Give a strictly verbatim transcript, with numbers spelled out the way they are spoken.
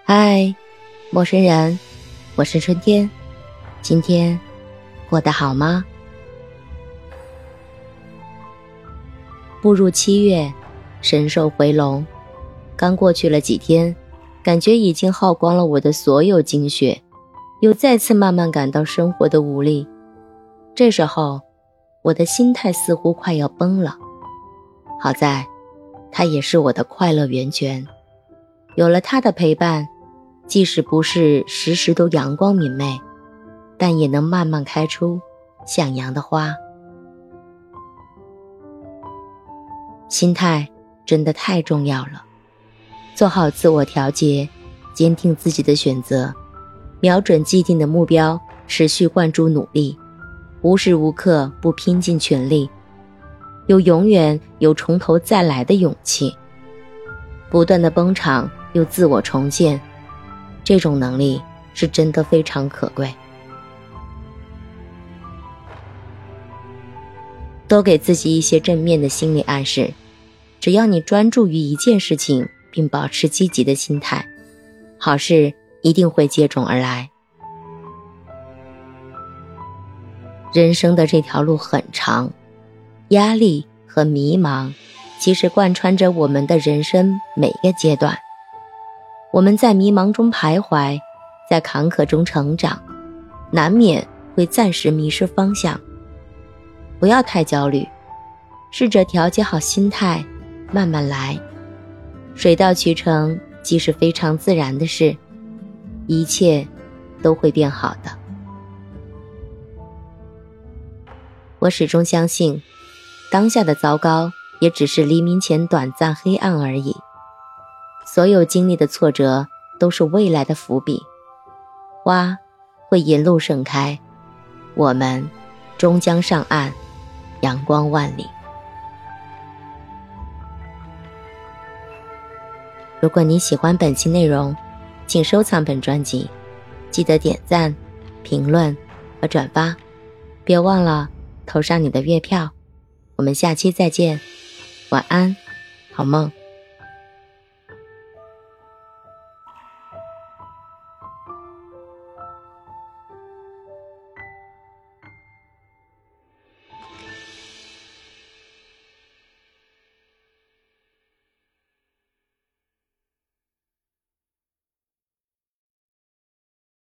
嗨，陌生人，我是春天，今天过得好吗？步入七月，神兽回笼，刚过去了几天，感觉已经耗光了我的所有精血，又再次慢慢感到生活的无力。这时候，我的心态似乎快要崩了。好在，它也是我的快乐源泉，有了它的陪伴，即使不是时时都阳光明媚，但也能慢慢开出向阳的花。心态真的太重要了，做好自我调节，坚定自己的选择，瞄准既定的目标，持续灌注努力，无时无刻不拼尽全力，有永远有从头再来的勇气，不断的崩场又自我重建，这种能力是真的非常可贵。多给自己一些正面的心理暗示，只要你专注于一件事情，并保持积极的心态，好事一定会接踵而来。人生的这条路很长，压力和迷茫其实贯穿着我们的人生每个阶段。我们在迷茫中徘徊，在坎坷中成长，难免会暂时迷失方向。不要太焦虑，试着调节好心态，慢慢来，水到渠成既是非常自然的事，一切都会变好的。我始终相信，当下的糟糕也只是黎明前短暂黑暗而已，所有经历的挫折都是未来的伏笔，花会沿路盛开，我们终将上岸，阳光万里。如果你喜欢本期内容，请收藏本专辑，记得点赞、评论和转发，别忘了投上你的月票。我们下期再见，晚安，好梦。